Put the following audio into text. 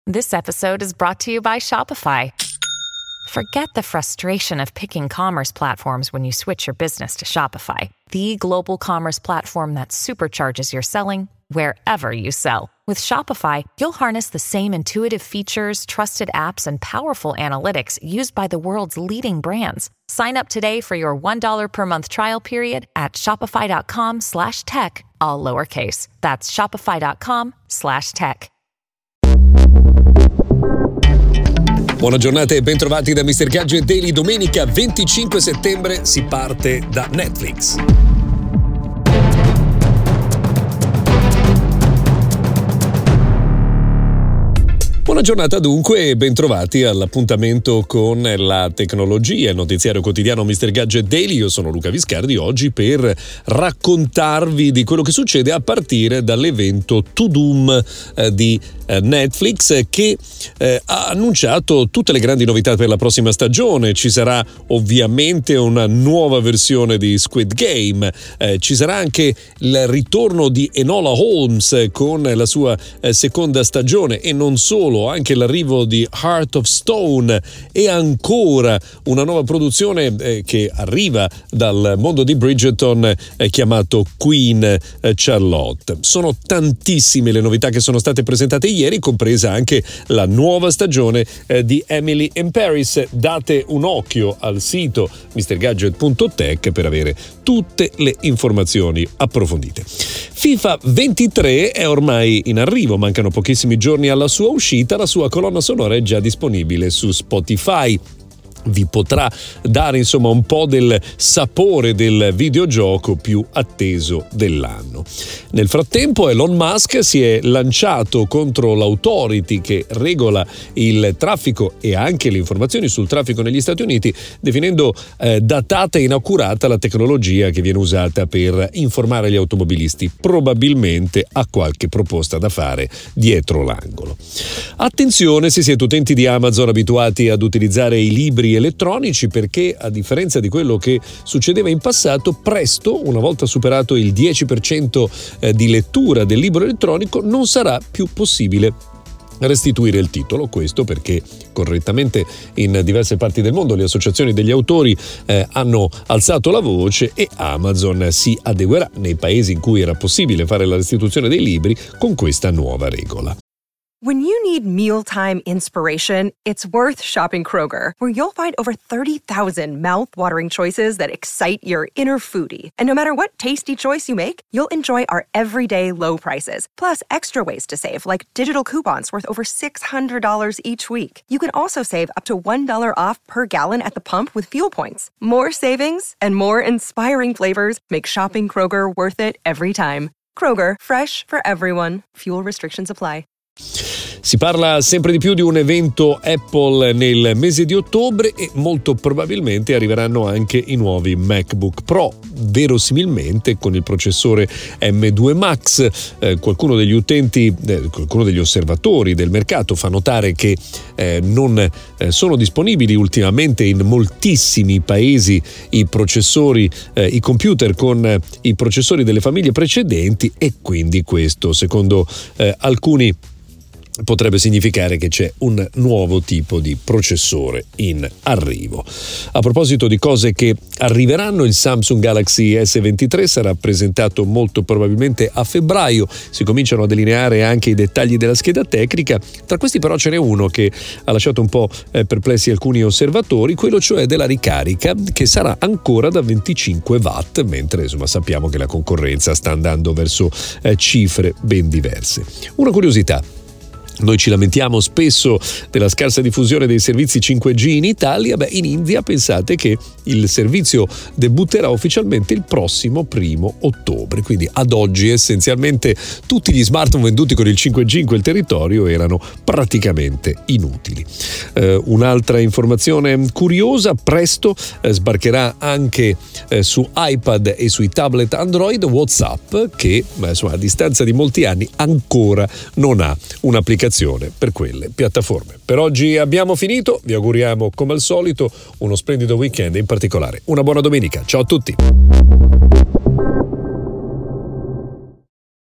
This episode is brought to you by Shopify. Forget the frustration of picking commerce platforms when you switch your business to Shopify, the global commerce platform that supercharges your selling wherever you sell. With Shopify, you'll harness the same intuitive features, trusted apps, and powerful analytics used by the world's leading brands. Sign up today for your $1 per month trial period at shopify.com/tech, all lowercase. That's shopify.com/tech. Buona giornata e bentrovati da Mr. Gadget Daily. Domenica 25 settembre si parte da Netflix. Buona giornata dunque e bentrovati all'appuntamento con la tecnologia, il notiziario quotidiano Mr. Gadget Daily. Io sono Luca Viscardi oggi per raccontarvi di quello che succede a partire dall'evento To Doom di Netflix che ha annunciato tutte le grandi novità per la prossima stagione. Ci sarà ovviamente una nuova versione di Squid Game, ci sarà anche il ritorno di Enola Holmes con la sua seconda stagione e non solo, anche l'arrivo di Heart of Stone e ancora una nuova produzione che arriva dal mondo di Bridgerton chiamato Queen Charlotte. Sono tantissime le novità che sono state presentate ieri, compresa anche la nuova stagione di Emily in Paris. Date un occhio al sito mrgadget.tech per avere tutte le informazioni approfondite. FIFA 23 è ormai in arrivo, mancano pochissimi giorni alla sua uscita. La sua colonna sonora è già disponibile su Spotify. Vi potrà dare insomma un po' del sapore del videogioco più atteso dell'anno. Nel frattempo Elon Musk si è lanciato contro l'autority che regola il traffico e anche le informazioni sul traffico negli Stati Uniti, definendo datata e inaccurata la tecnologia che viene usata per informare gli automobilisti. Probabilmente ha qualche proposta da fare dietro l'angolo. Attenzione se siete utenti di Amazon abituati ad utilizzare i libri elettronici, perché a differenza di quello che succedeva in passato, presto, una volta superato il 10% di lettura del libro elettronico, non sarà più possibile restituire il titolo. Questo perché correttamente in diverse parti del mondo le associazioni degli autori hanno alzato la voce e Amazon si adeguerà nei paesi in cui era possibile fare la restituzione dei libri con questa nuova regola. When you need mealtime inspiration, it's worth shopping Kroger, where you'll find over 30,000 mouth-watering choices that excite your inner foodie. And no matter what tasty choice you make, you'll enjoy our everyday low prices, plus extra ways to save, like digital coupons worth over $600 each week. You can also save up to $1 off per gallon at the pump with fuel points. More savings and more inspiring flavors make shopping Kroger worth it every time. Kroger, fresh for everyone. Fuel restrictions apply. Si parla sempre di più di un evento Apple nel mese di ottobre e molto probabilmente arriveranno anche i nuovi MacBook Pro, verosimilmente con il processore M2 Max. Qualcuno degli utenti, qualcuno degli osservatori del mercato fa notare che non sono disponibili ultimamente in moltissimi paesi i processori, i computer con i processori delle famiglie precedenti, e quindi questo, secondo alcuni, potrebbe significare che c'è un nuovo tipo di processore in arrivo. A proposito di cose che arriveranno, il Samsung Galaxy S23 sarà presentato molto probabilmente a febbraio. Si cominciano a delineare anche i dettagli della scheda tecnica. Tra questi però ce n'è uno che ha lasciato un po' perplessi alcuni osservatori, quello cioè della ricarica, che sarà ancora da 25 watt, mentre insomma sappiamo che la concorrenza sta andando verso cifre ben diverse. Una curiosità: noi ci lamentiamo spesso della scarsa diffusione dei servizi 5G in Italia. In India pensate che il servizio debutterà ufficialmente il prossimo 1° ottobre, quindi ad oggi essenzialmente tutti gli smartphone venduti con il 5G in quel territorio erano praticamente inutili. Un'altra informazione curiosa: presto sbarcherà anche su iPad e sui tablet Android WhatsApp, che insomma, a distanza di molti anni ancora non ha un'applicazione per quelle piattaforme. Per oggi abbiamo finito, vi auguriamo come al solito uno splendido weekend e in particolare una buona domenica. Ciao a tutti!